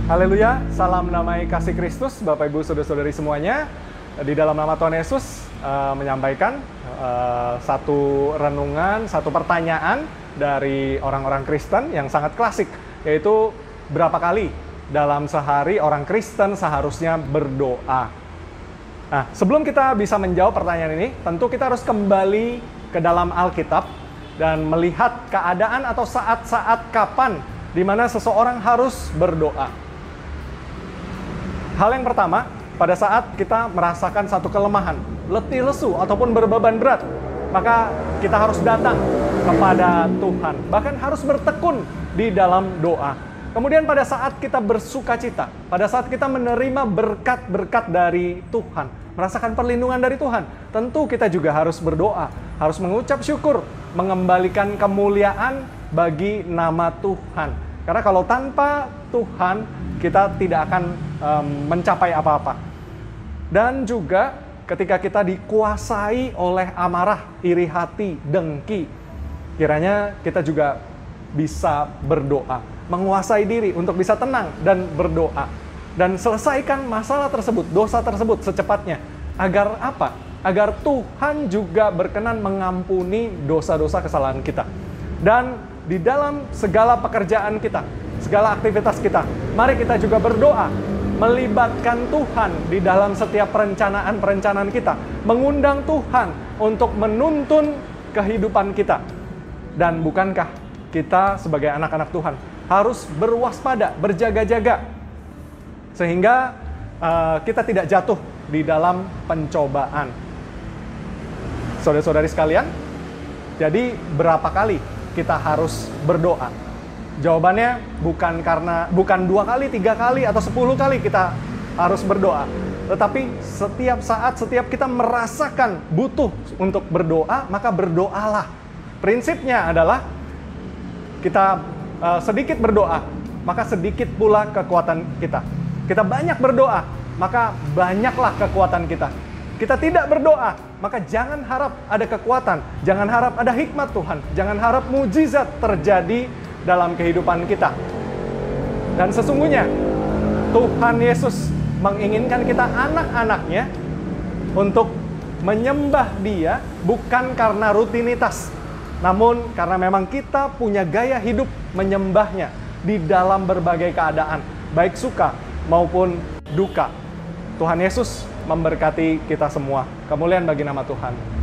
Haleluya, salam damai kasih Kristus, Bapak Ibu Saudara-saudari semuanya. Di dalam nama Tuhan Yesus menyampaikan satu renungan, satu pertanyaan dari orang-orang Kristen yang sangat klasik, yaitu berapa kali dalam sehari orang Kristen seharusnya berdoa. Nah, sebelum kita bisa menjawab pertanyaan ini, tentu kita harus kembali ke dalam Alkitab dan melihat keadaan atau saat-saat kapan di mana seseorang harus berdoa. Hal yang pertama, pada saat kita merasakan satu kelemahan, letih lesu ataupun berbeban berat, maka kita harus datang kepada Tuhan, bahkan harus bertekun di dalam doa. Kemudian pada saat kita bersukacita, pada saat kita menerima berkat-berkat dari Tuhan, merasakan perlindungan dari Tuhan, tentu kita juga harus berdoa, harus mengucap syukur, mengembalikan kemuliaan bagi nama Tuhan. Karena kalau tanpa Tuhan, kita tidak akan mencapai apa-apa. Dan juga ketika kita dikuasai oleh amarah, iri hati, dengki, kiranya kita juga bisa berdoa, menguasai diri untuk bisa tenang dan berdoa. Dan selesaikan masalah tersebut, dosa tersebut secepatnya. Agar apa? Agar Tuhan juga berkenan mengampuni dosa-dosa kesalahan kita. Dan di dalam segala pekerjaan kita, segala aktivitas kita, mari kita juga berdoa, melibatkan Tuhan di dalam setiap perencanaan-perencanaan kita, mengundang Tuhan untuk menuntun kehidupan kita. Dan bukankah kita sebagai anak-anak Tuhan harus berwaspada, berjaga-jaga, sehingga kita tidak jatuh di dalam pencobaan. Saudara-saudari sekalian, jadi berapa kali kita harus berdoa? Jawabannya bukan 2 kali, 3 kali, atau 10 kali kita harus berdoa. Tetapi setiap saat, setiap kita merasakan butuh untuk berdoa, maka berdoalah. Prinsipnya adalah kita sedikit berdoa, maka sedikit pula kekuatan kita. Kita banyak berdoa, maka banyaklah kekuatan kita. Kita tidak berdoa, maka jangan harap ada kekuatan, jangan harap ada hikmat Tuhan, jangan harap mujizat terjadi dalam kehidupan kita. Dan sesungguhnya Tuhan Yesus menginginkan kita anak-anaknya untuk menyembah Dia bukan karena rutinitas, namun karena memang kita punya gaya hidup menyembahnya di dalam berbagai keadaan, baik suka maupun duka. Tuhan Yesus memberkati kita semua. Kemuliaan bagi nama Tuhan.